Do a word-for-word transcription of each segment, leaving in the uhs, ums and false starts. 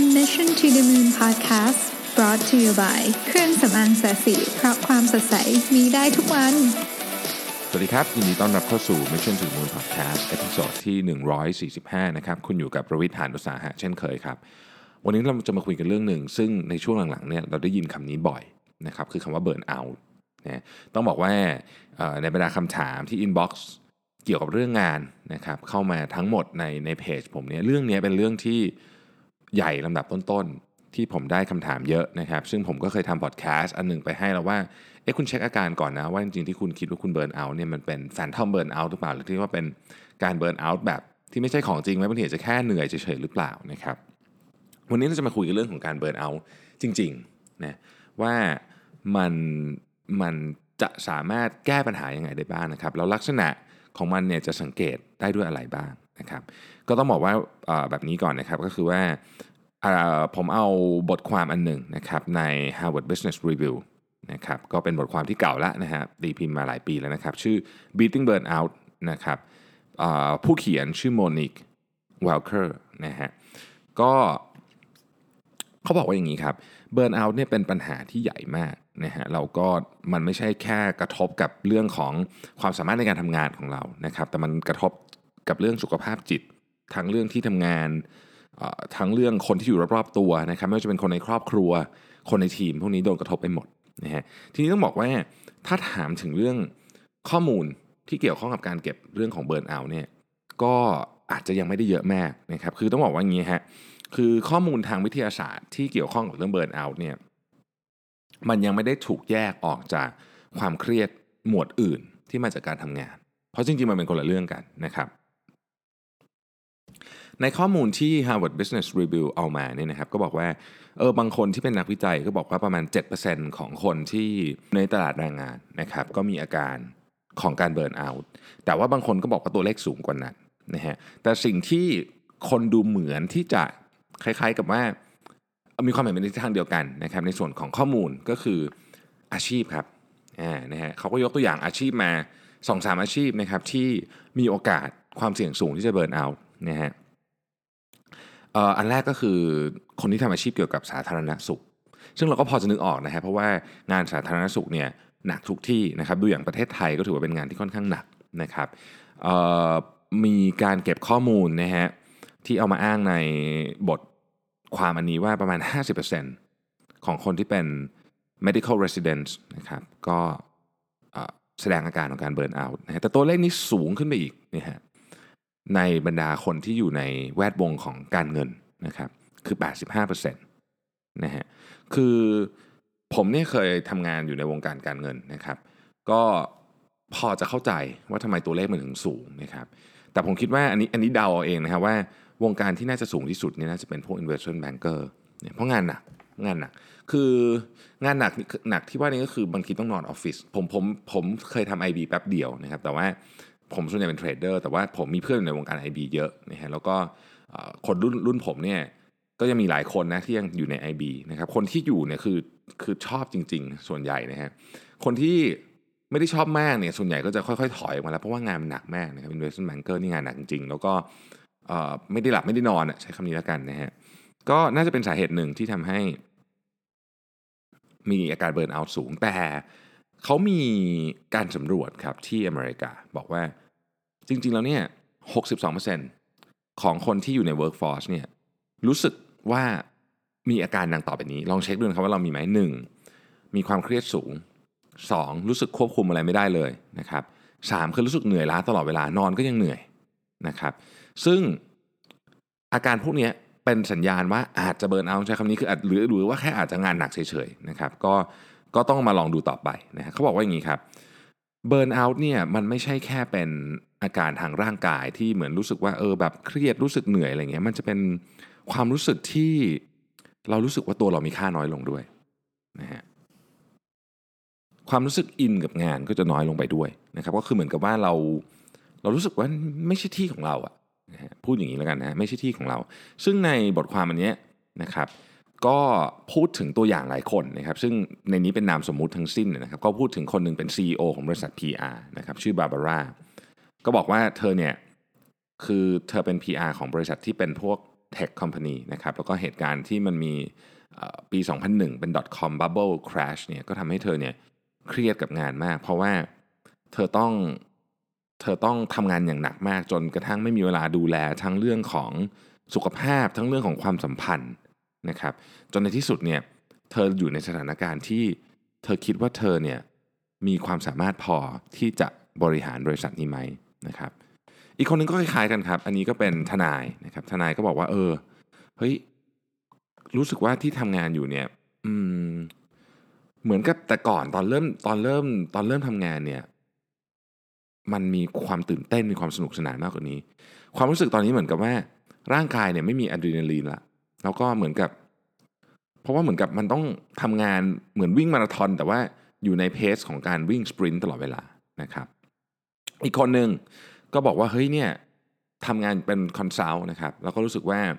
Mission to the Moon Podcast brought to you by เครื่องสำอางแสสีเพราะความสดใสมีได้ทุกวันสวัสดีครับยินดีต้อนรับเข้าสู่ Mission to the Moon Podcast ตอนที่หนึ่งร้อยสี่สิบห้านะครับคุณอยู่กับประวิทย์ หาญอุตสาหะเช่นเคยครับวันนี้เราจะมาคุยกันเรื่องหนึ่งซึ่งในช่วงหลังๆเนี่ยเราได้ยินคำนี้บ่อยนะครับคือคำว่า burn out นะต้องบอกว่าในบรรดาคำถามที่ inbox เกี่ยวกับเรื่องงานนะครับเข้ามาทั้งหมดในในเพจผมเนี่ยเรื่องนี้เป็นเรื่องที่ใหญ่ลำดับต้นๆที่ผมได้คำถามเยอะนะครับซึ่งผมก็เคยทำพอดแคสต์อันหนึ่งไปให้แล้วว่าเอ๊ะคุณเช็คอาการก่อนนะว่าจริงๆที่คุณคิดว่าคุณเบิร์นเอาท์เนี่ยมันเป็นแฟนทอมเบิร์นเอาท์หรือเปล่าหรือที่ว่าเป็นการเบิร์นเอาท์แบบที่ไม่ใช่ของจริงไหมบางทีอาจจะแค่เหนื่อยเฉยๆหรือเปล่านะครับวันนี้เราจะมาคุยกันเรื่องของการเบิร์นเอาท์จริงๆนะว่ามันมันจะสามารถแก้ปัญหายังไงได้บ้างนะครับแล้วลักษณะของมันเนี่ยจะสังเกตได้ด้วยอะไรบ้างนะครับก็ต้องบอกว่าแบบนี้ก่อนนะครับก็คือว่าผมเอาบทความอันหนึ่งนะครับใน Harvard Business Review นะครับก็เป็นบทความที่เก่าแล้วนะฮะตีพิมพ์มาหลายปีแล้วนะครับชื่อ Beating Burnout นะครับผู้เขียนชื่อโมนิกเวลเคอร์นะฮะก็เขาบอกว่าอย่างนี้ครับ Burnout เนี่ยเป็นปัญหาที่ใหญ่มากนะฮะเราก็มันไม่ใช่แค่กระทบกับเรื่องของความสามารถในการทำงานของเรานะครับแต่มันกระทบกับเรื่องสุขภาพจิตทั้งเรื่องที่ทำงานทั้งเรื่องคนที่อยู่รอบๆตัวนะครับไม่ว่าจะเป็นคนในครอบครัวคนในทีมพวกนี้โดนกระทบไปหมดนะฮะทีนี้ต้องบอกว่าถ้าถามถึงเรื่องข้อมูลที่เกี่ยวข้องกับการเก็บเรื่องของเบิร์นเอาท์เนี่ยก็อาจจะยังไม่ได้เยอะมากนะครับคือต้องบอกว่าอย่างนี้ฮะคือข้อมูลทางวิทยาศาสตร์ที่เกี่ยวข้องกับเรื่องเบิร์นเอาท์เนี่ยมันยังไม่ได้ถูกแยกออกจากความเครียดหมวดอื่นที่มาจากการทำงานเพราะจริงๆมันเป็นคนละเรื่องกันนะครับในข้อมูลที่ Harvard Business Review เอามาเนี่ยนะครับก็บอกว่าเออบางคนที่เป็นนักวิจัยก็บอกว่าประมาณ เจ็ดเปอร์เซ็นต์ ของคนที่ในตลาดแรงงานนะครับก็มีอาการของการเบิร์นเอาท์แต่ว่าบางคนก็บอกว่าตัวเลขสูงกว่านั้นนะฮะแต่สิ่งที่คนดูเหมือนที่จะคล้ายๆกับว่ามีความเห็นเป็นทิศทางเดียวกันนะครับในส่วนของข้อมูลก็คืออาชีพครับอ่านะฮะเขาก็ยกตัวอย่างอาชีพมา สองถึงสาม อาชีพนะครับที่มีโอกาสความเสี่ยงสูงที่จะเบิร์นเอาท์นะฮะเอ่ออันแรกก็คือคนที่ทำอาชีพเกี่ยวกับสาธารณสุขซึ่งเราก็พอจะนึกออกนะฮะเพราะว่างานสาธารณสุขเนี่ยหนักทุกที่นะครับดูอย่างประเทศไทยก็ถือว่าเป็นงานที่ค่อนข้างหนักนะครับเอ่อมีการเก็บข้อมูลนะฮะที่เอามาอ้างในบทความอันนี้ว่าประมาณ ห้าสิบเปอร์เซ็นต์ ของคนที่เป็น medical residents นะครับก็แสดงอาการของการเบิร์นเอาท์นะฮะแต่ตัวเลขนี้สูงขึ้นไปอีกนะฮะในบรรดาคนที่อยู่ในแวดวงของการเงินนะครับคือ แปดสิบห้าเปอร์เซ็นต์ นะฮะคือผมเนี่ยเคยทำงานอยู่ในวงการการเงินนะครับก็พอจะเข้าใจว่าทำไมตัวเลขมันถึงสูงนะครับแต่ผมคิดว่าอันนี้อันนี้เดาเอาเองนะครับว่าวงการที่น่าจะสูงที่สุดเนี่ยน่าจะเป็นพวก investment banker เนี่ยเพราะงานหนักงานหนักคืองานหนักหนักที่ว่านี้ก็คือบางทีต้องนอนออฟฟิศผมผมผมเคยทำ ไอ บี แป๊บเดียวนะครับแต่ว่าผมส่วนใหญ่เป็นเทรดเดอร์แต่ว่าผมมีเพื่อนในวงการ ไอ บี เยอะนะฮะแล้วก็คนรุ่นรุ่นผมเนี่ยก็ยังมีหลายคนนะที่ยังอยู่ใน ไอ บี นะครับคนที่อยู่เนี่ยคือคือชอบจริงๆส่วนใหญ่นะฮะคนที่ไม่ได้ชอบมากเนี่ยส่วนใหญ่ก็จะค่อยๆถอยออกมาแล้วเพราะว่างานมันหนักมากนะครับ investment banker นี่งานหนักจริงๆแล้วก็ไม่ได้หลับไม่ได้นอนใช้คำนี้แล้วกันนะฮะก็น่าจะเป็นสาเหตุหนึ่งที่ทำให้มีอาการเบิร์นเอาท์สูงแต่เขามีการสำรวจครับที่อเมริกาบอกว่าจริงๆแล้วเนี่ย หกสิบสองเปอร์เซ็นต์ ของคนที่อยู่ใน workforce เนี่ยรู้สึกว่ามีอาการดังต่อไปนี้ลองเช็คดูนะครับว่าเรามีไหมหนึ่งมีความเครียดสูงสองรู้สึกควบคุมอะไรไม่ได้เลยนะครับสามคือรู้สึกเหนื่อยล้าตลอดเวลานอนก็ยังเหนื่อยนะครับซึ่งอาการพวกนี้เป็นสัญญาณว่าอาจจะเบิร์นเอาท์ใช้คำนี้คือหรือหรือว่าแค่อาจจะงานหนักเฉยๆนะครับก็ก็ต้องมาลองดูต่อไปนะฮะเขาบอกว่าอย่างนี้ครับเบิร์นเอาท์เนี่ยมันไม่ใช่แค่เป็นอาการทางร่างกายที่เหมือนรู้สึกว่าเออแบบเครียดรู้สึกเหนื่อยอะไรเงี้ยมันจะเป็นความรู้สึกที่เรารู้สึกว่าตัวเรามีค่าน้อยลงด้วยนะฮะความรู้สึกอินกับงานก็จะน้อยลงไปด้วยนะครับก็คือเหมือนกับว่าเราเรารู้สึกว่าไม่ใช่ที่ของเราอะนะฮะพูดอย่างนี้แล้วกันนะไม่ใช่ที่ของเราซึ่งในบทความอันนี้นะครับก็พูดถึงตัวอย่างหลายคนนะครับซึ่งในนี้เป็นนามสมมุติทั้งสิ้นนะครับก็พูดถึงคนหนึ่งเป็น ซี อี โอ ของบริษัท พี อาร์ นะครับชื่อบาร์บาร่าก็บอกว่าเธอเนี่ยคือเธอเป็น พี อาร์ ของบริษัทที่เป็นพวก tech company นะครับแล้วก็เหตุการณ์ที่มันมีปี สองพันหนึ่ง เป็น .com bubble crash เนี่ยก็ทำให้เธอเนี่ยเครียดกับงานมากเพราะว่าเธอต้องเธอต้องทำงานอย่างหนักมากจนกระทั่งไม่มีเวลาดูแลทั้งเรื่องของสุขภาพทั้งเรื่องของความสัมพันธ์นะครับจนในที่สุดเนี่ยเธออยู่ในสถานการณ์ที่เธอคิดว่าเธอเนี่ยมีความสามารถพอที่จะบริหารบริษัทนี้ไหมนะครับอีกคนนึงก็คล้ายๆกันครับอันนี้ก็เป็นทนายนะครับทนายก็บอกว่าเออเฮ้ยรู้สึกว่าที่ทำงานอยู่เนี่ยอืมเหมือนกับแต่ก่อนตอนเริ่มตอนเริ่มตอนเริ่มทำงานเนี่ยมันมีความตื่นเต้นมีความสนุกสนานมากกว่านี้ความรู้สึกตอนนี้เหมือนกับว่าร่างกายเนี่ยไม่มีอะดรีนาลีนละแล้วก็เหมือนกับเพราะว่าเหมือนกับมันต้องทำงานเหมือนวิ่งมาราธอนแต่ว่าอยู่ในเพสของการวิ่งสปรินต์ตลอดเวลานะครับอีกคนหนึ่งก็บอกว่าเฮ้ยเนี่ยทำงานเป็นคอนซัลท์นะครับแล้วก็รู้สึกว่า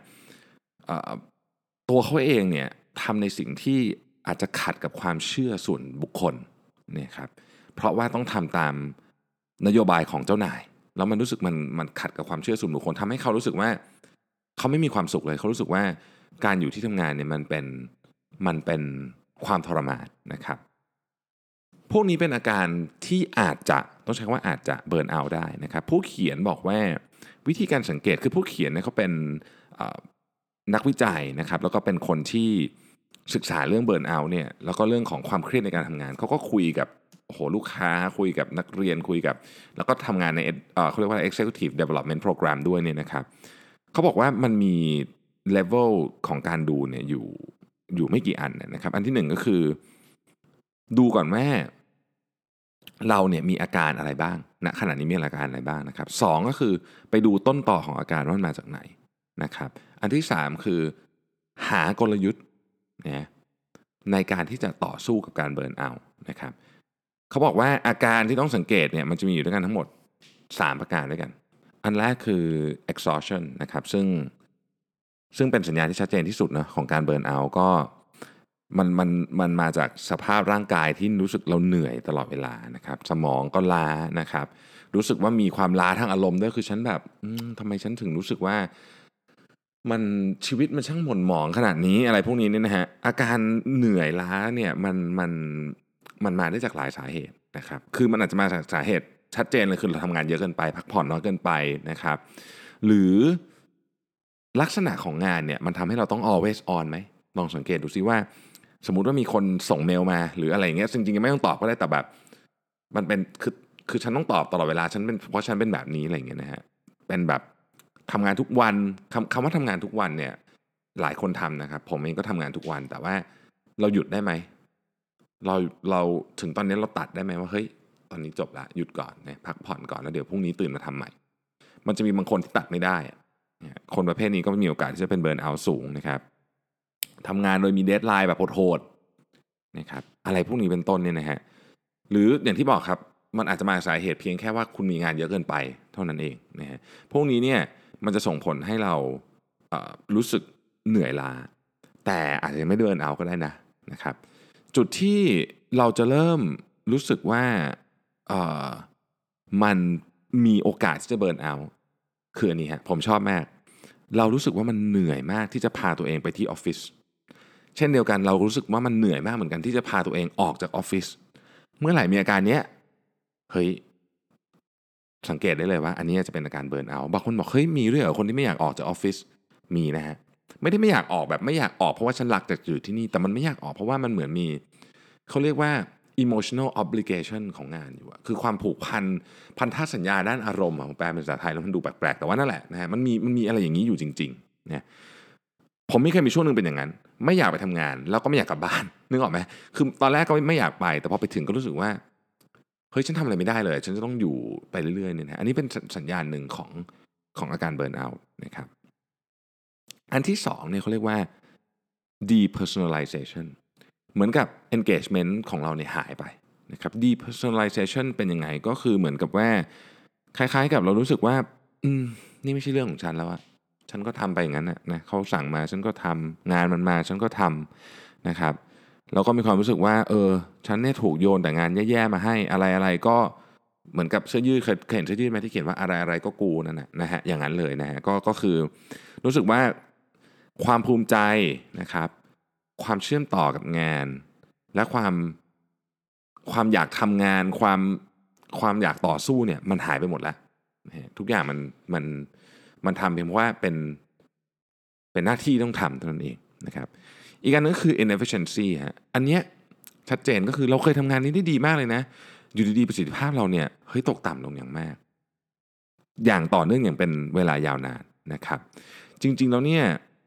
ตัวเขาเองเนี่ยทำในสิ่งที่อาจจะขัดกับความเชื่อส่วนบุคคลเนี่ยครับเพราะว่าต้องทำตามนโยบายของเจ้านายแล้วมันรู้สึกมันมันขัดกับความเชื่อส่วนบุคคลทำให้เขารู้สึกว่าเขาไม่มีความสุขเลยเขารู้สึกว่าการอยู่ที่ทำงานเนี่ยมันเป็นมันเป็นความทรมานนะครับพวกนี้เป็นอาการที่อาจจะต้องใช้คำว่าอาจจะเบิร์นเอาท์ได้นะครับผู้เขียนบอกว่าวิธีการสังเกตคือผู้เขียนเนี่ยเขาเป็นนักวิจัยนะครับแล้วก็เป็นคนที่ศึกษาเรื่องเบิร์นเอาท์เนี่ยแล้วก็เรื่องของความเครียดในการทำงานเขาก็คุยกับโอ้โหลูกค้าคุยกับนักเรียนคุยกับแล้วก็ทำงานในเอ่อเขาเรียกว่า Executive Development Program ด้วยเนี่ยนะครับเขาบอกว่ามันมี level ของการดูเนี่ยอยู่อยู่ไม่กี่อันนะครับอันที่หนึ่งก็คือดูก่อนว่าเราเนี่ยมีอาการอะไรบ้างณขณะนี้มีอาการอะไรบ้างนะครับสองก็คือไปดูต้นต่อของอาการว่ามันมาจากไหนนะครับอันที่สามคือหากลยุทธ์นะในการที่จะต่อสู้กับการเบิร์นเอาท์นะครับเขาบอกว่าอาการที่ต้องสังเกตเนี่ยมันจะมีอยู่ด้วยกันทั้งหมดสามประการด้วยกันอันแรกคือ exhaustion นะครับซึ่งซึ่งเป็นสัญญาณที่ชัดเจนที่สุดนะของการเบิร์นเอาท์ก็มันมันมันมาจากสภาพร่างกายที่รู้สึกเราเหนื่อยตลอดเวลานะครับสมองก็ล้านะครับรู้สึกว่ามีความล้าทางอารมณ์ด้วยคือฉันแบบทำไมฉันถึงรู้สึกว่ามันชีวิตมันช่างหม่นหมองขนาดนี้อะไรพวกนี้เนี่ยนะฮะอาการเหนื่อยล้าเนี่ยมันมันมันมาได้จากหลายสาเหตุนะครับคือมันอาจจะมาจากสาเหตุชัดเจนเลยคือเราทำงานเยอะเกินไปพักผ่อนน้อยเกินไปนะครับหรือลักษณะของงานเนี่ยมันทำให้เราต้อง always on ไหมลองสังเกตดูซิว่าสมมุติว่ามีคนส่งเมลมาหรืออะไรอย่างเงี้ยจริงๆยังไม่ต้องตอบก็ได้แต่แบบมันเป็นคือคือฉันต้องตอบตลอดเวลาฉันเป็นเพราะฉันเป็นแบบนี้อะไรอย่างเงี้ยนะฮะเป็นแบบทำงานทุกวันคำคำว่าทำงานทุกวันเนี่ยหลายคนทำนะครับผมเองก็ทำงานทุกวันแต่ว่าเราหยุดได้ไหมเราเราถึงตอนนี้เราตัดได้ไหมว่าเฮ้ยตอนนี้จบละหยุดก่อนนะพักผ่อนก่อนแล้วเดี๋ยวพรุ่งนี้ตื่นมาทำใหม่มันจะมีบางคนที่ตัดไม่ได้คนประเภทนี้ก็มีโอกาสที่จะเป็นเบิร์นเอาท์สูงนะครับทำงานโดยมีเดดไลน์แบบโหดๆนะครับอะไรพวกนี้เป็นต้นเนี่ยนะฮะหรืออย่างที่บอกครับมันอาจจะมาสาเหตุเพียงแค่ว่าคุณมีงานเยอะเกินไปเท่านั้นเองนะฮะพวกนี้เนี่ยมันจะส่งผลให้เราเอ่อรู้สึกเหนื่อยล้าแต่อาจจะไม่เบิร์นเอาท์ก็ได้นะนะครับจุดที่เราจะเริ่มรู้สึกว่าเอ่อมันมีโอกาสที่จะเบิร์นเอาท์คืออันนี้ฮะผมชอบมากเรารู้สึกว่ามันเหนื่อยมากที่จะพาตัวเองไปที่ออฟฟิศเช่นเดียวกันเรารู้สึกว่ามันเหนื่อยมากเหมือนกันที่จะพาตัวเองออกจากออฟฟิศเมื่อไหร่มีอาการเนี้ยเฮ้ยสังเกตได้เลยว่าอันนี้จะเป็นอาการเบิร์นเอาท์บางคนบอกเฮ้ยมีด้วยเหรอคนที่ไม่อยากออกจากออฟฟิศมีนะฮะไม่ได้ไม่อยากออกแบบไม่อยากออกเพราะว่าฉันรักแต่อยู่ที่นี่แต่มันไม่อยากออกเพราะว่ามันเหมือนมีเขาเรียกว่า emotional obligation ของงานอยู่อะคือความผูกพันพันธสัญญาด้านอารมณ์ของแปลเป็นภาษาไทยแล้วมันดูแปลกๆแต่ว่านั่นแหละนะฮะมันมีมันมีอะไรอย่างนี้อยู่จริงๆนะผมไม่เคยมีช่วงนึงเป็นอย่างนั้นไม่อยากไปทำงานแล้วก็ไม่อยากกลับบ้านนึกออกไหมคือตอนแรกก็ไม่อยากไปแต่พอไปถึงก็รู้สึกว่าเฮ้ยฉันทำอะไรไม่ได้เลยฉันจะต้องอยู่ไปเรื่อยๆเนี่ยนะอันนี้เป็นสัญญาณหนึ่งของของอาการเบิร์นเอาท์นะครับอันที่สองเนี่ยเขาเรียกว่า depersonalization เหมือนกับ engagement ของเราเนี่ยหายไปนะครับ depersonalization เป็นยังไงก็คือเหมือนกับว่าคล้ายๆกับเรารู้สึกว่าอืมนี่ไม่ใช่เรื่องของฉันแล้วอะฉันก็ทำไปอย่างนั้นนะเขาสั่งมาฉันก็ทำงานมันมาฉันก็ทำนะครับแล้วก็มีความรู้สึกว่าเออฉันเนี่ยถูกโยนแต่งานแย่ๆมาให้อะไรๆก็เหมือนกับเสื้อยืดเคยเห็นเสื้อยืดไหมที่เขียนว่าอะไรๆก็กูนั่นนะนะฮะอย่างนั้นเลยนะฮะก็ก็คือรู้สึกว่าความภูมิใจนะครับความเชื่อมต่อกับงานและความความอยากทำงานความความอยากต่อสู้เนี่ยมันหายไปหมดแล้วทุกอย่างมันมันมันทำเพียงเพราะว่าเป็นเป็นหน้าที่ต้องทำเท่านั้นเองนะครับอีกอันนึงคือ inefficiency ฮะอันเนี้ยชัดเจนก็คือเราเคยทำงานนี้ได้ดีมากเลยนะอยู่ดีๆประสิทธิภาพเราเนี่ยเฮ้ยตกต่ำลงอย่างมากอย่างต่อเนื่องอย่างเป็นเวลายาวนานนะครับจริงๆแล้วเนี่ย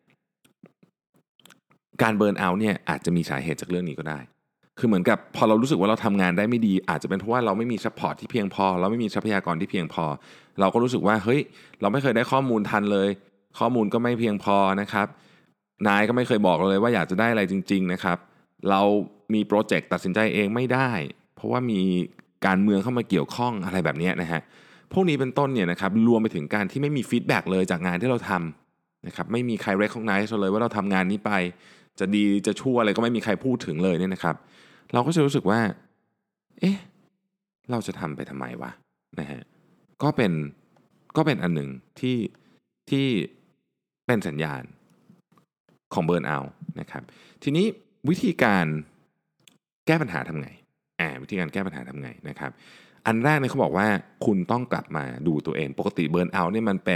การเบิร์นเอาท์เนี่ยอาจจะมีสาเหตุจากเรื่องนี้ก็ได้คือเหมือนกับพอเรารู้สึกว่าเราทำงานได้ไม่ดีอาจจะเป็นเพราะว่าเราไม่มีซัพพอร์ตที่เพียงพอเราไม่มีทรัพยากรที่เพียงพอเราก็รู้สึกว่าเฮ้ยเราไม่เคยได้ข้อมูลทันเลยข้อมูลก็ไม่เพียงพอนะครับนายก็ไม่เคยบอกเราเลยว่าอยากจะได้อะไรจริงๆนะครับเรามีโปรเจกต์ตัดสินใจเองไม่ได้เพราะว่ามีการเมืองเข้ามาเกี่ยวข้องอะไรแบบนี้นะฮะพวกนี้เป็นต้นเนี่ยนะครับรวมไปถึงการที่ไม่มีฟีดแบ็กเลยจากงานที่เราทำนะครับไม่มีใคร recognize เราเลยว่าเราทำงานนี้ไปจะดีจะชั่วอะไรก็ไม่มีใครพูดถึงเลยเนี่ยนะครับเราก็จะรู้สึกว่าเอ๊ะเราจะทำไปทำไมวะนะฮะก็เป็นก็เป็นอันหนึ่งที่ที่เป็นสัญญาณของเบิร์นเอาท์นะครับทีนี้วิธีการแก้ปัญหาทำไงอ่าวิธีการแก้ปัญหาทำไงนะครับอันแรกเนี่ยเขาบอกว่าคุณต้องกลับมาดูตัวเองปกติเบิร์นเอาท์เนี่ยมันเป็น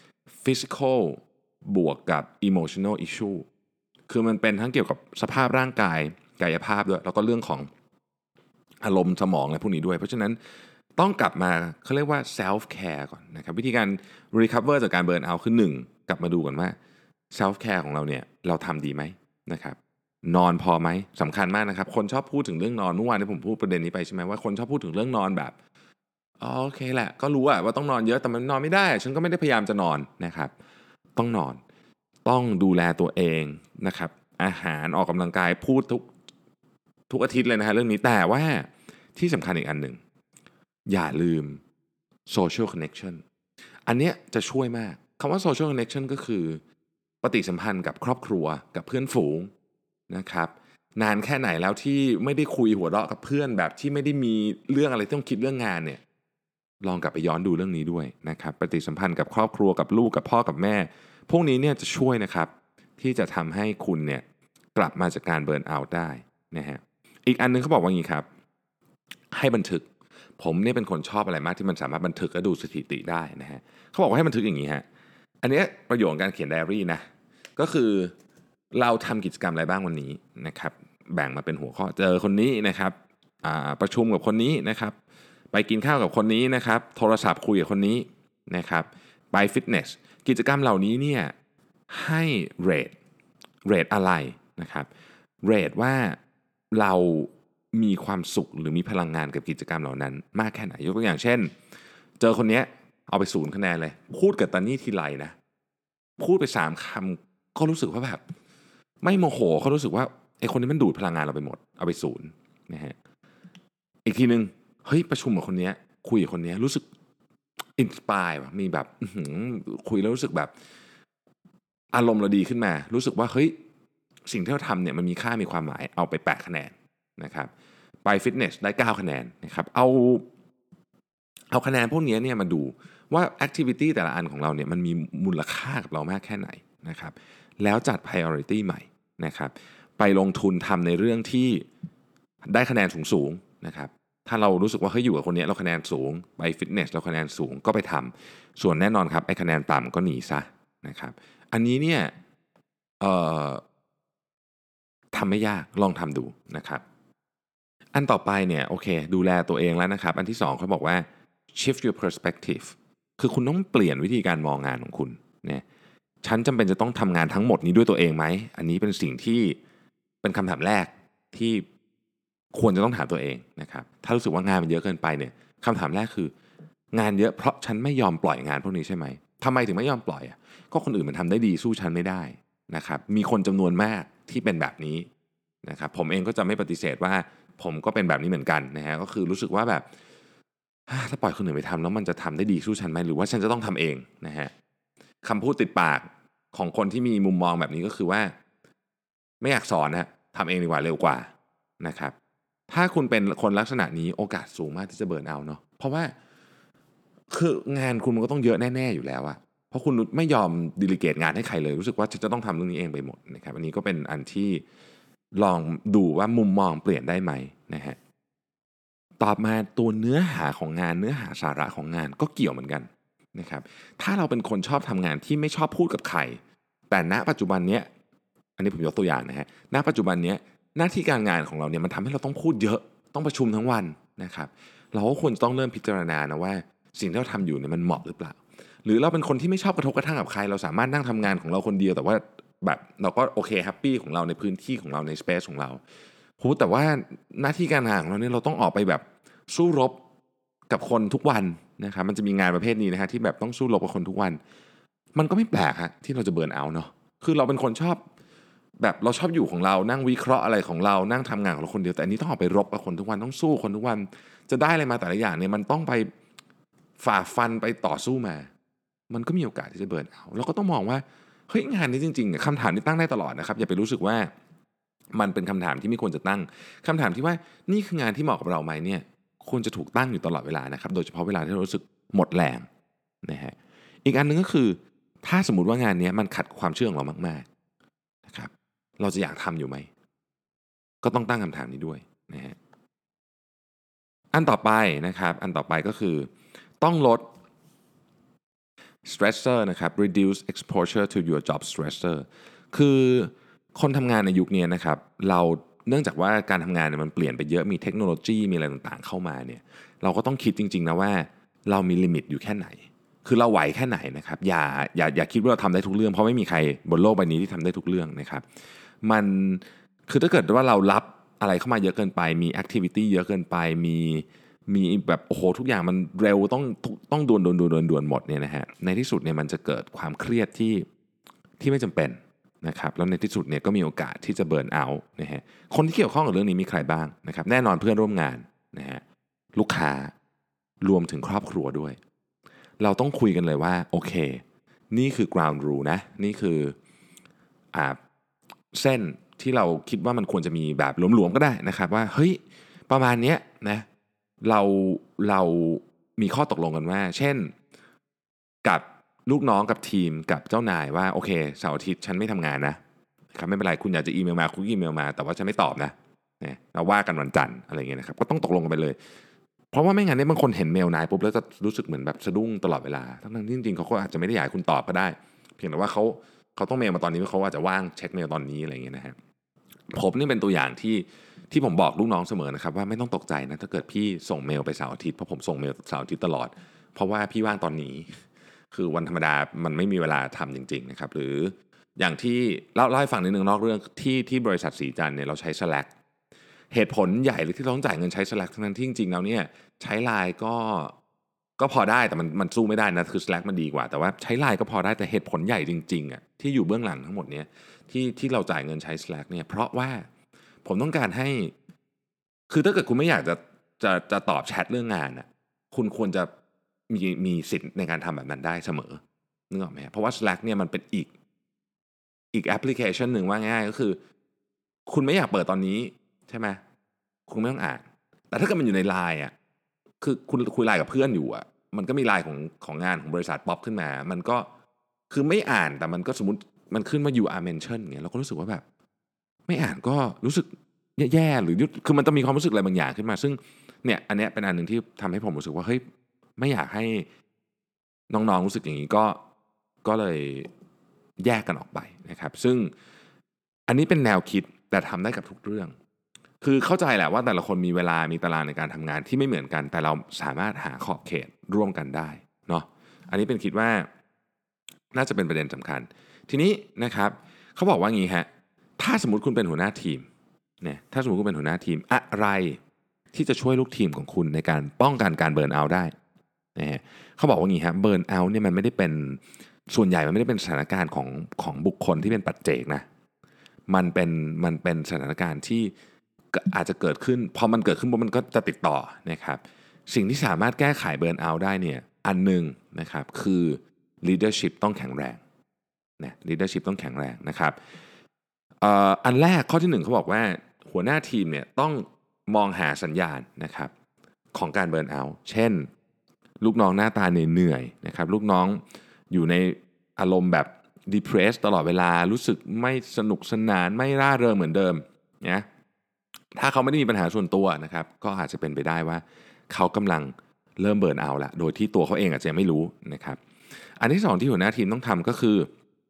physical บวกกับ emotional issue คือมันเป็นทั้งเกี่ยวกับสภาพร่างกายกายภาพด้วยแล้วก็เรื่องของอารมณ์สมองอะไรพวกนี้ด้วยเพราะฉะนั้นต้องกลับมาเขาเรียกว่า self care ก่อนนะครับวิธีการ recover จากการเบิร์นเอาท์คือหนึ่งกลับมาดูก่อนว่า self care ของเราเนี่ยเราทำดีไหมนะครับนอนพอไหมสำคัญมากนะครับคนชอบพูดถึงเรื่องนอนเมื่อวานที่ผมพูดประเด็นนี้ไปใช่ไหมว่าคนชอบพูดถึงเรื่องนอนแบบอ๋อโอเคแหละก็รู้อะว่าต้องนอนเยอะแต่มันนอนไม่ได้ฉันก็ไม่ได้พยายามจะนอนนะครับต้องนอนต้องดูแลตัวเองนะครับอาหารออกกำลังกายพูดทุกทุกอาทิตย์เลยนะฮะเรื่องนี้แต่ว่าที่สำคัญอีกอันหนึ่งอย่าลืม social connection อันเนี้ยจะช่วยมากคำว่า social connection ก็คือปฏิสัมพันธ์กับครอบครัวกับเพื่อนฝูงนะครับนานแค่ไหนแล้วที่ไม่ได้คุยหัวเราะกับเพื่อนแบบที่ไม่ได้มีเรื่องอะไรต้องคิดเรื่องงานเนี่ยลองกลับไปย้อนดูเรื่องนี้ด้วยนะครับปฏิสัมพันธ์กับครอบครัวกับลูกกับพ่อกับแม่พวกนี้เนี่ยจะช่วยนะครับที่จะทำให้คุณเนี่ยกลับมาจากการเบิร์นเอาท์ได้นะฮะอีกอันนึงเขาบอกว่าอย่างนี้ครับให้บันทึกผมเนี่ยเป็นคนชอบอะไรมากที่มันสามารถบันทึกและดูสถิติได้นะฮะเขาบอกว่าให้บันทึกอย่างนี้ฮะอันนี้ประโยชน์การเขียนไดอารี่นะก็คือเราทำกิจกรรมอะไรบ้างวันนี้นะครับแบ่งมาเป็นหัวข้อเจอคนนี้นะครับประชุมกับคนนี้นะครับไปกินข้าวกับคนนี้นะครับโทรศัพท์คุยกับคนนี้นะครับไปฟิตเนสกิจกรรมเหล่านี้เนี่ยให้เรทเรทอะไรนะครับเรทว่าเรามีความสุขหรือมีพลังงานกับกิจกรรมเหล่านั้นมากแค่ไหนยกตัวอย่างเช่นเจอคนนี้เอาไปศูนย์คะแนนเลยพูดกับตานี่ทีไรนะพูดไปสามคำก็รู้สึกว่าแบบไม่โมโหเขารู้สึกว่าไอ้คนนี้มันดูดพลังงานเราไปหมดเอาไปศูนย์นะฮะอีกทีนึงเฮ้ยประชุมกับคนนี้คุยกับคนนี้รู้สึกอินสปายมีแบบคุยแล้วรู้สึกแบบอารมณ์เราดีขึ้นมารู้สึกว่าเฮ้ยสิ่งที่เราทำเนี่ยมันมีค่ามีความหมายเอาไปแปดคะแนนนะครับไปฟิตเนสได้เก้าคะแนนนะครับเอาเอาคะแนนพวกนี้เนี่ยมาดูว่าแอคทิวิตี้แต่ละอันของเราเนี่ยมันมีมูลค่ากับเรามากแค่ไหนนะครับแล้วจัด priority ใหม่นะครับไปลงทุนทำในเรื่องที่ได้คะแนนสูงๆนะครับถ้าเรารู้สึกว่าเฮ้ยอยู่กับคนนี้เราคะแนนสูงไปฟิตเนสเราคะแนนสูงก็ไปทำส่วนแน่นอนครับไอ้คะแนนต่ำก็หนีซะนะครับอันนี้เนี่ยเอ่อทำไม่ยากลองทำดูนะครับอันต่อไปเนี่ยโอเคดูแลตัวเองแล้วนะครับอันที่สองเขาบอกว่า shift your perspective คือคุณต้องเปลี่ยนวิธีการมองงานของคุณเนี่ยฉันจำเป็นจะต้องทำงานทั้งหมดนี้ด้วยตัวเองไหมอันนี้เป็นสิ่งที่เป็นคำถามแรกที่ควรจะต้องถามตัวเองนะครับถ้ารู้สึกว่างานมันเยอะเกินไปเนี่ยคำถามแรกคืองานเยอะเพราะฉันไม่ยอมปล่อยงานพวกนี้ใช่ไหมทำไมถึงไม่ยอมปล่อยอ่ะก็คนอื่นมันทำได้ดีสู้ฉันไม่ได้นะครับมีคนจำนวนมากที่เป็นแบบนี้นะครับผมเองก็จะไม่ปฏิเสธว่าผมก็เป็นแบบนี้เหมือนกันนะฮะก็คือรู้สึกว่าแบบถ้าปล่อยคนอื่นไปทำแล้วมันจะทำได้ดีสู้ฉันไหมหรือว่าฉันจะต้องทำเองนะฮะคำพูดติดปากของคนที่มีมุมมองแบบนี้ก็คือว่าไม่อยากสอนนะทำเองดีกว่าเร็วกว่านะครับถ้าคุณเป็นคนลักษณะนี้โอกาสสูงมากที่จะเบิร์นเอาท์เนาะเพราะว่าคืองานคุณมันก็ต้องเยอะแน่ๆอยู่แล้วอะเพราะคุณไม่ยอมดิลิเกตงานให้ใครเลยรู้สึกว่าจะต้องทำเรื่องนี้เองไปหมดนะครับอันนี้ก็เป็นอันที่ลองดูว่ามุมมองเปลี่ยนได้ไหมนะฮะตอบมาตัวเนื้อหาของงานเนื้อหาสาระของงานก็เกี่ยวเหมือนกันนะครับถ้าเราเป็นคนชอบทำงานที่ไม่ชอบพูดกับใครแต่ณปัจจุบันเนี้ยอันนี้ผมยกตัวอย่างนะฮะณปัจจุบันเนี้ยหน้าที่การงานของเราเนี่ยมันทำให้เราต้องพูดเยอะต้องประชุมทั้งวันนะครับเราก็ควรต้องเริ่มพิจารณานะว่าสิ่งที่เราทำอยู่เนี่ยมันเหมาะหรือเปล่าหรือเราเป็นคนที่ไม่ชอบกระทบกระทั่งกับใครเราสามารถนั่งทำงานของเราคนเดียวแต่ว่าแบบเราก็โอเคแฮปปี้ของเราในพื้นที่ของเราในสเปซของเราโหแต่ว่าหน้าที่การงานของเราเนี่ยเราต้องออกไปแบบสู้รบกับคนทุกวันนะครับมันจะมีงานประเภทนี้นะฮะที่แบบต้องสู้รบกับคนทุกวันมันก็ไม่แปลกฮะที่เราจะเบิร์นเอาท์เนาะคือเราเป็นคนชอบแบบเราชอบอยู่ของเรานั่งวิเคราะห์อะไรของเรานั่งทำงานของเราคนเดียวแต่อันนี้ต้องออกไปรบกับคนทุกวันต้องสู้คนทุกวันจะได้อะไรมาแต่ละอย่างเนี่ยมันต้องไปฝ่าฟันไปต่อสู้มามันก็มีโอกาสที่จะเบิร์นเอาท์เราก็ต้องมองว่าเฮ้ยงานนี้จริงๆคำถามนี้ตั้งได้ตลอดนะครับอย่าไปรู้สึกว่ามันเป็นคำถามที่ไม่ควรจะตั้งคำถามที่ว่านี่คืองานที่เหมาะกับเราไหมเนี่ยควรจะถูกตั้งอยู่ตลอดเวลานะครับโดยเฉพาะเวลาที่เรารู้สึกหมดแรงนะฮะอีกอันนึงก็คือถ้าสมมุติว่างานนี้มันขัดความเชื่อของเรามากๆนะครับเราจะอยากทำอยู่ไหมก็ต้องตั้งคำถามนี้ด้วยนะฮะอันต่อไปนะครับอันต่อไปก็คือต้องลด stressor นะครับ reduce exposure to your job stressor คือคนทำงานในยุคนี้นะครับเราเนื่องจากว่าการทำงานเนี่ยมันเปลี่ยนไปเยอะมีเทคโนโลยีมีอะไรต่างๆเข้ามาเนี่ยเราก็ต้องคิดจริงๆนะว่าเรามีลิมิตอยู่แค่ไหนคือเราไหวแค่ไหนนะครับอย่าอย่าอย่าคิดว่าเราทำได้ทุกเรื่องเพราะไม่มีใครบนโลกใบนี้ที่ทำได้ทุกเรื่องนะครับมันคือถ้าเกิดว่าเรารับอะไรเข้ามาเยอะเกินไปมีแอคทิวิตี้เยอะเกินไปมีมีแบบโอ้โหทุกอย่างมันเร็วต้องต้องด่วนด่วนด่วนด่วนหมดเนี่ยนะฮะในที่สุดเนี่ยมันจะเกิดความเครียดที่ที่ไม่จำเป็นนะครับแล้วในที่สุดเนี่ยก็มีโอกาสที่จะเบิร์นเอาท์นะฮะคนที่เกี่ยวข้องกับเรื่องนี้มีใครบ้างนะครับแน่นอนเพื่อนร่วมงานนะฮะลูกค้ารวมถึงครอบครัวด้วยเราต้องคุยกันเลยว่าโอเคนี่คือ ground rule นะนี่คืออ่าเส้นที่เราคิดว่ามันควรจะมีแบบหลวมๆก็ได้นะครับว่าเฮ้ยประมาณเนี้ยนะเราเรามีข้อตกลงกันว่าเช่นกับลูกน้องกับทีมกับเจ้านายว่าโอเคเสาร์อาทิตย์ฉันไม่ทำงานนะครับไม่เป็นไรคุณอยากจะอีเมลมาคุณอีเมลมาแต่ว่าฉันไม่ตอบนะนะเราว่ากันวันจันทร์อะไรเงี้ยนะครับก็ต้องตกลงกันไปเลยเพราะว่าไม่งั้นเนี่ยบางคนเห็นเมลนายปุ๊บแล้วจะรู้สึกเหมือนแบบสะดุ้งตลอดเวลาทั้งที่จริงๆเขาก็อาจจะไม่ได้อยากให้คุณตอบก็ได้เพียงแต่ว่าเขาเขาต้องเมลมาตอนนี้เพราะเขาอาจจะว่างเช็คเมลตอนนี้อะไรเงี้ยนะฮะผมนี่เป็นตัวอย่างที่ที่ผมบอกลูกน้องเสมอนะครับว่าไม่ต้องตกใจนะถ้าเกิดพี่ส่งเมลไปเสาร์อาทิตย์เพราะผมส่งเมลเสาร์อาทิตย์ตลอดเพราะว่าพี่ว่างตอนนี้คือวันธรรมดามันไม่มีเวลาทำจริงๆนะครับหรืออย่างที่เล่าเล่าให้ฟังนิดนึงนอกเรื่องที่ที่บริษัทสีจันทร์เนี่ยเราใช้ Slack เหตุผลใหญ่เลยที่เราต้องจ่ายเงินใช้ Slack ทั้งนั้นที่จริงๆแล้วเนี่ยใช้ ไลน์ ก็ก็พอได้แต่มันมันสู้ไม่ได้นะคือ Slack มันดีกว่าแต่ว่าใช้ ไลน์ ก็พอได้แต่เหตุผลใหญ่จริงๆอ่ะที่อยู่เบื้องหลังทั้งหมดเนี้ยที่ที่เราจ่ายเงินใช้ Slack เนี่ยเพราะว่าผมต้องการให้คือถ้าเกิดคุณไม่อยากจะจะจะตอบแชทเรื่องงานน่ะคุณควรจะมีมีสิทธิ์ในการทำแบบนั้นได้เสมอนึกออกไหมเพราะว่า Slack เนี่ยมันเป็นอีกอีกแอปพลิเคชันหนึ่งว่าง่ายก็คือคุณไม่อยากเปิดตอนนี้ใช่ไหมคุณไม่ต้องอ่านแต่ถ้าเกิดมันอยู่ใน ไลน์ อ่ะคือคุณคุย ไลน์ กับเพื่อนอยู่อ่ะมันก็มี ไลน์ ของของงานของบริษัทป๊อปขึ้นมามันก็คือไม่อ่านแต่มันก็สมมุติมันขึ้นว่า you are mentioned เงี้ยเราก็รู้สึกว่าแบบไม่อ่านก็รู้สึกแย่ๆหรือคือมันจะมีความรู้สึกอะไรบางอย่างขึ้นมาซึ่งเนี่ยอันเนี้ยเป็นอันหนึ่งที่ทำให้ผมรู้สึกว่าเฮ้ยไม่อยากให้น้องๆรู้สึกอย่างนี้ก็ก็เลยแยกกันออกไปนะครับซึ่งอันนี้เป็นแนวคิดแต่ทำได้กับทุกเรื่องคือเข้าใจแหละว่าแต่ละคนมีเวลามีตารางในการทำงานที่ไม่เหมือนกันแต่เราสามารถหาขอบเขตร่วมกันได้เนาะอันนี้เป็นคิดว่าน่าจะเป็นประเด็นสำคัญทีนี้นะครับเขาบอกว่างี้ฮะถ้าสมมุติคุณเป็นหัวหน้าทีมเนี่ยถ้าสมมุติคุณเป็นหัวหน้าทีมอะไรที่จะช่วยลูกทีมของคุณในการป้องกันการเบิร์นเอาท์ได้นะฮะเขาบอกว่างี้ฮะเบิร์นเอาท์เนี่ยมันไม่ได้เป็นส่วนใหญ่มันไม่ได้เป็นสถานการณ์ของของบุคคลที่เป็นปัจเจกนะมันเป็นมันเป็นสถานการณ์ที่อาจจะเกิดขึ้นพอมันเกิดขึ้นปุ๊บมันก็จะติดต่อนะครับสิ่งที่สามารถแก้ไขเบิร์นเอาท์ได้เนี่ยอันหนึ่งนะครับคือ leadership ต้องแข็งแรงนะ leadership ต้องแข็งแรงนะครับเอ่ออันแรกข้อที่หนึ่งเขาบอกว่าหัวหน้าทีมเนี่ยต้องมองหาสัญญาณนะครับของการเบิร์นเอาท์เช่นลูกน้องหน้าตาเหนื่อยๆนะครับลูกน้องอยู่ในอารมณ์แบบ depressed ตลอดเวลารู้สึกไม่สนุกสนานไม่ร่าเริงเหมือนเดิมนะถ้าเขาไม่ได้มีปัญหาส่วนตัวนะครับก็อาจจะเป็นไปได้ว่าเขากำลังเริ่มเบิร์นเอาท์ละโดยที่ตัวเขาเองอาจจะยังไม่รู้นะครับอันที่สองที่หัวหน้าทีมต้องทำก็คือ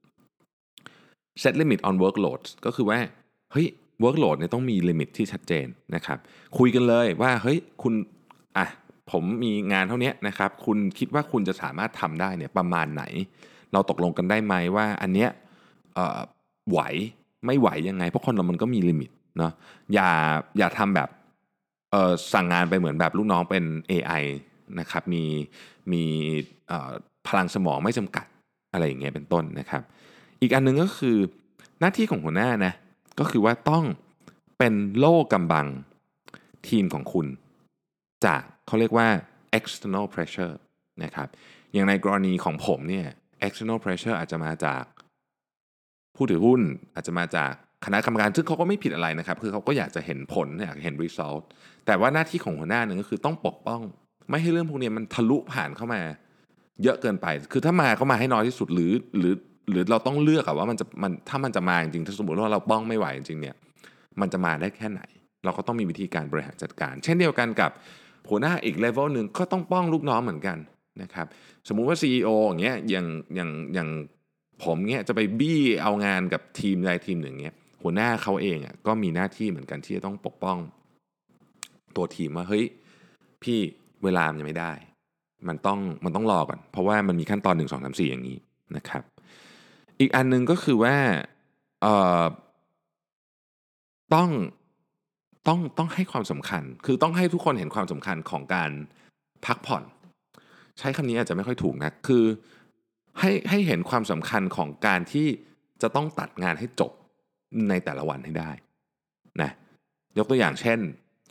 set limit on workload ก็คือว่าเฮ้ย workload เนี่ยต้องมีลิมิตที่ชัดเจนนะครับคุยกันเลยว่าเฮ้ยคุณอ่ะผมมีงานเท่านี้นะครับคุณคิดว่าคุณจะสามารถทำได้เนี่ยประมาณไหนเราตกลงกันได้ไหมว่าอันเนี้ยเอ่อไหวไม่ไหวยังไงเพราะคนเรามันก็มีลิมิตเนาะอย่าอย่าทำแบบเอ่อสั่งงานไปเหมือนแบบลูกน้องเป็น เอ ไอ นะครับมีมีเอ่อพลังสมองไม่จำกัดอะไรอย่างเงี้ยเป็นต้นนะครับอีกอันนึงก็คือหน้าที่ของหัวหน้านะก็คือว่าต้องเป็นโล่กำบังทีมของคุณจากเขาเรียกว่า external pressure นะครับอย่างในกรณีของผมเนี่ย external pressure อาจจะมาจากผู้ถือหุ้นอาจจะมาจากคณะกรรมการซึ่งเขาก็ไม่ผิดอะไรนะครับคือเขาก็อยากจะเห็นผลอยากเห็น result แต่ว่าหน้าที่ของหัวหน้าหนึ่งก็คือต้องปกป้องไม่ให้เรื่องพวกนี้มันทะลุผ่านเข้ามาเยอะเกินไปคือถ้ามาก็มาให้น้อยที่สุดหรือหรือหรือเราต้องเลือกอะว่ามันจะมันถ้ามันจะมาจริงๆถ้าสมมติว่าเราป้องไม่ไหวจริงๆเนี่ยมันจะมาได้แค่ไหนเราก็ต้องมีวิธีการบริหารจัดการเช่นเดียวกันกับหัวหน้าอีกเลเวลนึงก็ต้องป้องลูกน้องเหมือนกันนะครับสมมุติว่า ซี อี โอ อย่างเงี้ยอย่างอย่างอย่างผมเงี้ยจะไปบี้เอางานกับทีมใดทีมหนึ่งเงี้ยหัวหน้าเขาเองอ่ะก็มีหน้าที่เหมือนกันที่จะต้องปกป้องตัวทีมว่าเฮ้ยพี่เวลามันยังไม่ได้มันต้องมันต้องรอก่อนเพราะว่ามันมีขั้นตอนหนึ่ง สอง สาม สี่อย่างนี้นะครับอีกอันนึงก็คือว่าเอ่อต้องต้องต้องให้ความสำคัญคือต้องให้ทุกคนเห็นความสำคัญของการพักผ่อนใช้คำนี้อาจจะไม่ค่อยถูกนะคือให้ให้เห็นความสำคัญของการที่จะต้องตัดงานให้จบในแต่ละวันให้ได้นะยกตัวอย่างเช่น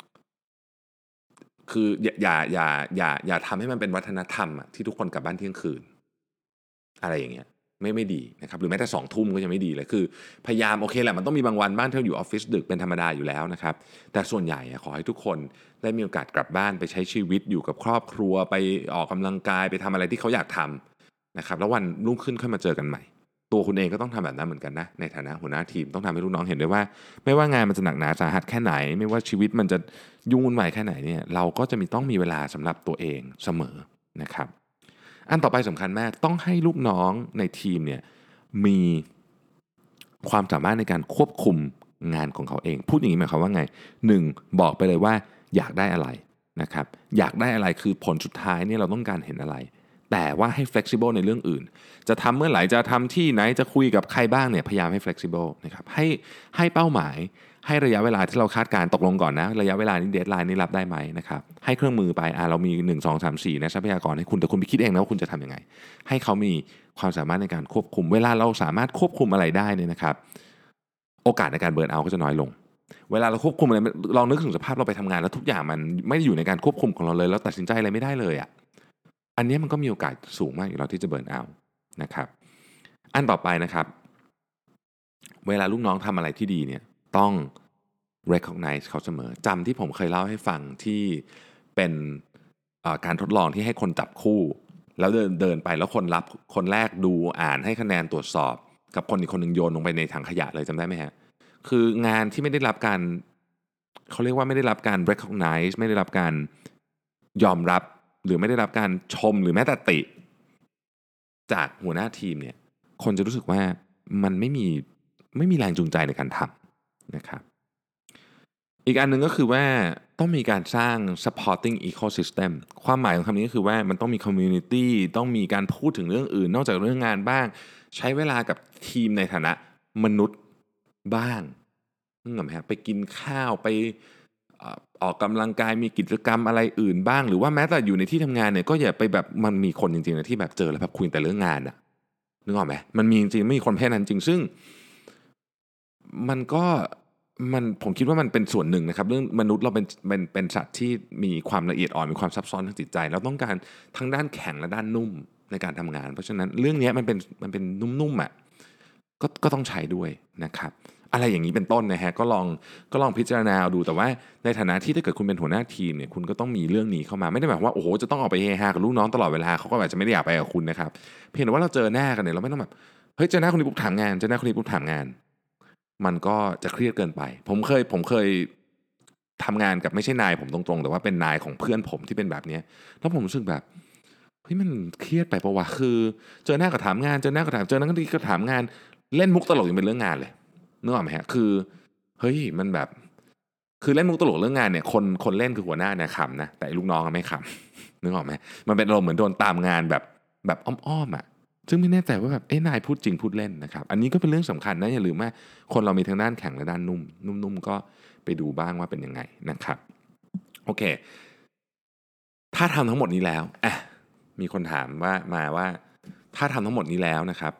คืออย่าอย่าอย่าอย่าอย่าทำให้มันเป็นวัฒนธรรมอะที่ทุกคนกลับบ้านเที่ยงคืนอะไรอย่างเงี้ยไม่ไม่ดีนะครับหรือแม้แต่สองทุ่มก็ยังไม่ดีเลยคือพยายามโอเคแหละมันต้องมีบางวันบ้านที่เราอยู่ออฟฟิศดึกเป็นธรรมดาอยู่แล้วนะครับแต่ส่วนใหญ่ขอให้ทุกคนได้มีโอกาสกลับบ้านไปใช้ชีวิตอยู่กับครอบครัวไปออกกำลังกายไปทำอะไรที่เขาอยากทำนะครับแล้ววันรุ่งขึ้นค่อยมาเจอกันใหม่ตัวคุณเองก็ต้องทำแบบนั้นเหมือนกันนะในฐานะหัวหน้าทีมต้องทำให้ลูกน้องเห็นด้วยว่าไม่ว่างานมันจะหนักหนาสาหัสแค่ไหนไม่ว่าชีวิตมันจะยุ่งวุ่นวายแค่ไหนเนี่ยเราก็จะมีต้องมีเวลาสำหรับตัวเองเสมอนะครับอันต่อไปสำคัญมากต้องให้ลูกน้องในทีมเนี่ยมีความสามารถในการควบคุมงานของเขาเองพูดอย่างนี้หมายความว่าไงหนึ่งบอกไปเลยว่าอยากได้อะไรนะครับอยากได้อะไรคือผลสุดท้ายเนี่ยเราต้องการเห็นอะไรแต่ว่าให้ flexible ในเรื่องอื่นจะทำเมื่อไหร่จะทำที่ไหนจะคุยกับใครบ้างเนี่ยพยายามให้ flexible นะครับให้ให้เป้าหมายให้ระยะเวลาที่เราคาดการตกลงก่อนนะระยะเวลานี้เดดไลน์นี้รับได้ไหมนะครับให้เครื่องมือไปอ่าเรามีหนึ่ง สอง สาม สี่นะทรัพยากรให้คุณแต่คุณไปคิดเองนะว่าคุณจะทำยังไงให้เขามีความสามารถในการควบคุมเวลาเราสามารถควบคุมอะไรได้เนี่ยนะครับโอกาสในการเบิร์นเอาท์ก็จะน้อยลงเวลาเราควบคุมอะไรลองนึกถึงสภาพเราไปทำงานแล้วทุกอย่างมันไม่ได้อยู่ในการควบคุมของเราเลยแล้วตัดสินใจอะไรไม่ได้เลยอ่ะอันนี้มันก็มีโอกาสสูงมากอยู่แล้วที่จะเบิร์นเอาท์นะครับอันต่อไปนะครับเวลาลูกน้องทำอะไรที่ดีเนี่ยต้อง recognize เขาเสมอจำที่ผมเคยเล่าให้ฟังที่เป็นการทดลองที่ให้คนจับคู่แล้วเดินเดินไปแล้วคนรับคนแรกดูอ่านให้คะแนนตรวจสอบกับคนอีกคนหนึ่งโยนลงไปในถังขยะเลยจำได้ไหมฮะคืองานที่ไม่ได้รับการเขาเรียกว่าไม่ได้รับการ recognize ไม่ได้รับการยอมรับหรือไม่ได้รับการชมหรือแม้แต่ติจากหัวหน้าทีมเนี่ยคนจะรู้สึกว่ามันไม่มีไม่มีแรงจูงใจในการทำนะครับอีกอันหนึ่งก็คือว่าต้องมีการสร้าง supporting ecosystem ความหมายของคำนี้ก็คือว่ามันต้องมี community ต้องมีการพูดถึงเรื่องอื่นนอกจากเรื่องงานบ้างใช้เวลากับทีมในฐานะมนุษย์บ้างนึกออกไหมครับไปกินข้าวไปออกกำลังกายมีกิจกรรมอะไรอื่นบ้างหรือว่าแม้แต่อยู่ในที่ทำงานเนี่ยก็อย่าไปแบบมันมีคนจริงๆนะที่แบบเจอแล้วแบบคุยแต่เรื่องงานอะนึกออกไหมมันมีจริงๆไม่มีคนเพศนั้นจริงซึ่งมันก็มันผมคิดว่ามันเป็นส่วนหนึ่งนะครับเรื่องมนุษย์เราเป็นเป็นเป็นสัตว์ที่มีความละเอียดอ่อนมีความซับซ้อนทางจิตใจเราต้องการทั้งด้านแข็งและด้านนุ่มในการทำงานเพราะฉะนั้นเรื่องนี้มันเป็นมันเป็นนุ่มๆอ่ะก็ก็ต้องใช้ด้วยนะครับอะไรอย่างนี้เป็นต้นนะฮะก็ลองก็ลองพิจารณาดูแต่ว่าในฐานะที่ถ้าเกิดคุณเป็นหัวหน้าทีมเนี่ยคุณก็ต้องมีเรื่องนี้เข้ามาไม่ได้หมายความว่าโอ้โหจะต้องออกไปเฮฮากับลูกน้องตลอดเวลาเขาก็อาจจะไม่ได้อยากไปกับคุณนะครับเพียงแต่ว่าเราเจอหน้ากันเนี่ยเราไม่ต้องแบบเฮ้ยเจอหน้าคนนี้ปุ๊บถามงานเจอหน้าคนนี้ปุ๊บถามงานมันก็จะเครียดเกินไปผมเคยผมเคยทำงานกับไม่ใช่นายผมตรงๆแต่ว่าเป็นนายของเพื่อนผมที่เป็นแบบนี้แล้วผมรู้สึกแบบเฮ้ยมันเครียดไปปะวะคือเจอหน้าก็ถามงานเจอหน้าก็ถามเจอหน้าก็ก็ถามงานเล่นมุกตลกยังเป็นเรื่องงานเลยนึกออกไหมฮะคือเฮ้ยมันแบบคือเล่นมุกตลกเรื่องงานเนี่ยคนคนเล่นคือหัวหน้าเนี่ยขำนะแต่ลูกน้องไม่ขำนึกออกไหมมันเป็นอารมณ์เหมือนโดนตามงานแบบแบบอ้อมๆอ่ะซึ่งไม่แน่ใจว่าแบบเอ้นายพูดจริงพูดเล่นนะครับอันนี้ก็เป็นเรื่องสำคัญนะอย่าลืมว่าคนเรามีทั้งด้านแข็งและด้านนุ่มนุ่มๆก็ไปดูบ้างว่าเป็นยังไงนะครับโอเคถ้าทำทั้งหมดนี้แล้วอ่ะมีคนถามว่ามาว่าถ้าทำทั้งหมดนี้แล้วนะครับ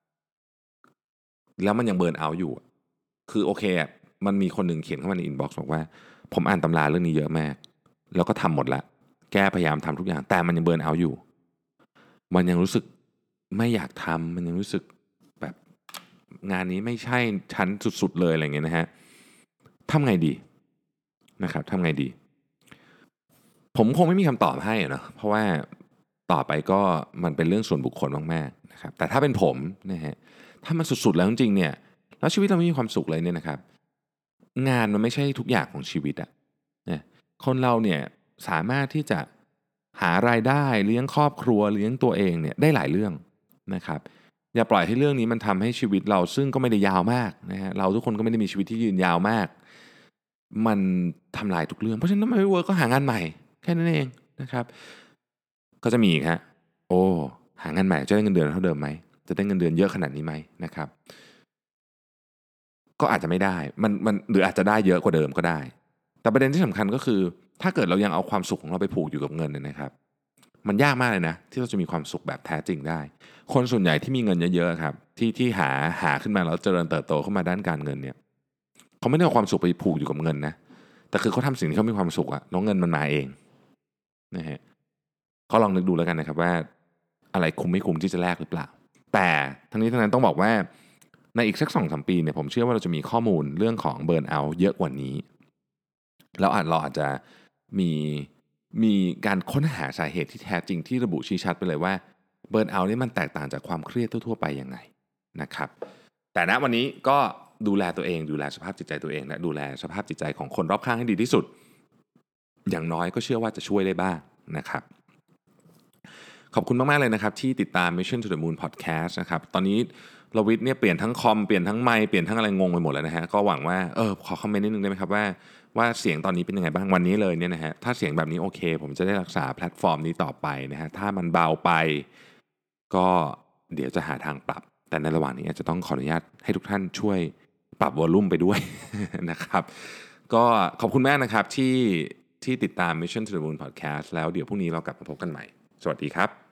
แล้วมันยังเบิร์นเอาท์อยู่คือโอเคอ่ะมันมีคนหนึ่งเขียนเข้ามาในอินบ็อกซ์บอกว่าผมอ่านตำราเรื่องนี้เยอะมากแล้วก็ทำหมดละแก้พยายามทำทุกอย่างแต่มันยังเบิร์นเอาท์อยู่มันยังรู้สึกไม่อยากทำมันยังรู้สึกแบบงานนี้ไม่ใช่ชั้นสุดๆเลยอะไรเงี้ยนะฮะทำไงดีนะครับทำไงดีผมคงไม่มีคำตอบให้เนาะเพราะว่าต่อไปก็มันเป็นเรื่องส่วนบุคคลมากๆนะครับแต่ถ้าเป็นผมนะฮะถ้ามันสุดๆแล้วจริงๆเนี่ยแล้วชีวิตเราไม่มีความสุขเลยเนี่ยนะครับงานมันไม่ใช่ทุกอย่างของชีวิตอะนะคนเราเนี่ยสามารถที่จะหารายได้เลี้ยงครอบครัวเลี้ยงตัวเองเนี่ยได้หลายเรื่องนะครับอย่าปล่อยให้เรื่องนี้มันทำให้ชีวิตเราซึ่งก็ไม่ได้ยาวมากนะฮะเราทุกคนก็ไม่ได้มีชีวิตที่ยืนยาวมากมันทำลายทุกเรื่องเพราะฉะนั้นถ้ามันไม่เวิร์กก็หางานใหม่แค่นั้นเองนะครับก็จะมีอีกฮะโอ้หางานใหม่จะได้เงินเดือนเท่าเดิมไหมจะได้เงินเดือนเยอะขนาดนี้ไหมนะครับก็อาจจะไม่ได้มันมันหรืออาจจะได้เยอะกว่าเดิมก็ได้แต่ประเด็นที่สำคัญก็คือถ้าเกิดเรายังเอาความสุขของเราไปผูกอยู่กับเงินเนี่ยนะครับมันยากมากเลยนะที่เราจะมีความสุขแบบแท้จริงได้คนส่วนใหญ่ที่มีเงินเยอะๆครับที่ที่หาหาขึ้นมาแล้วเจริญเติบโตขึ้นมาด้านการเงินเนี่ยเขาไม่ได้เอาความสุขไปผูกอยู่กับเงินนะแต่คือเขาทำสิ่งที่เขามีความสุขอะแล้วเงินมันมาเองนะฮะ ก็ลองนึกดูแล้วกันนะครับว่าอะไรคุ้มไม่คุ้มที่จะแลกหรือเปล่าแต่ทั้งนี้ทั้งนั้นต้องบอกว่าในอีกสัก สองถึงสาม ปีเนี่ยผมเชื่อว่าเราจะมีข้อมูลเรื่องของเบิร์นเอาท์เยอะกว่านี้แล้วอาจเราอาจจะมีมีการค้นหาสาเหตุที่แท้จริงที่ระบุชี้ชัดไปเลยว่าเบิร์นเอาท์นี่มันแตกต่างจากความเครียดทั่วๆไปยังไงนะครับแต่ณวันนี้ก็ดูแลตัวเองดูแลสภาพจิตใจตัวเองและดูแลสภาพจิตใจของคนรอบข้างให้ดีที่สุดอย่างน้อยก็เชื่อว่าจะช่วยได้บ้างนะครับ ขอบคุณมากๆเลยนะครับที่ติดตาม Mission to the Moon Podcast นะครับตอนนี้รวิทย์เนี่ยเปลี่ยนทั้งคอมเปลี่ยนทั้งไมค์เปลี่ยนทั้งอะไรงงไปหมดแล้วนะฮะก็หวังว่าเออขอคอมเมนต์นิดนึงได้ไหมครับว่าว่าเสียงตอนนี้เป็นยังไงบ้างวันนี้เลยเนี่ยนะฮะถ้าเสียงแบบนี้โอเคผมจะได้รักษาแพลตฟอร์มนี้ต่อไปนะฮะถ้ามันเบาไปก็เดี๋ยวจะหาทางปรับแต่ในระหว่างนี้อาจจะต้องขออนุญาตให้ทุกท่านช่วยปรับวอลลุ่มไปด้วย นะครับก็ขอบคุณมากนะครับที่ที่ติดตาม Mission to the Moon Podcast แล้วเดี๋ยวพรุ่งนี้เรากลับมาพบกันใหม่สวัสดีครับ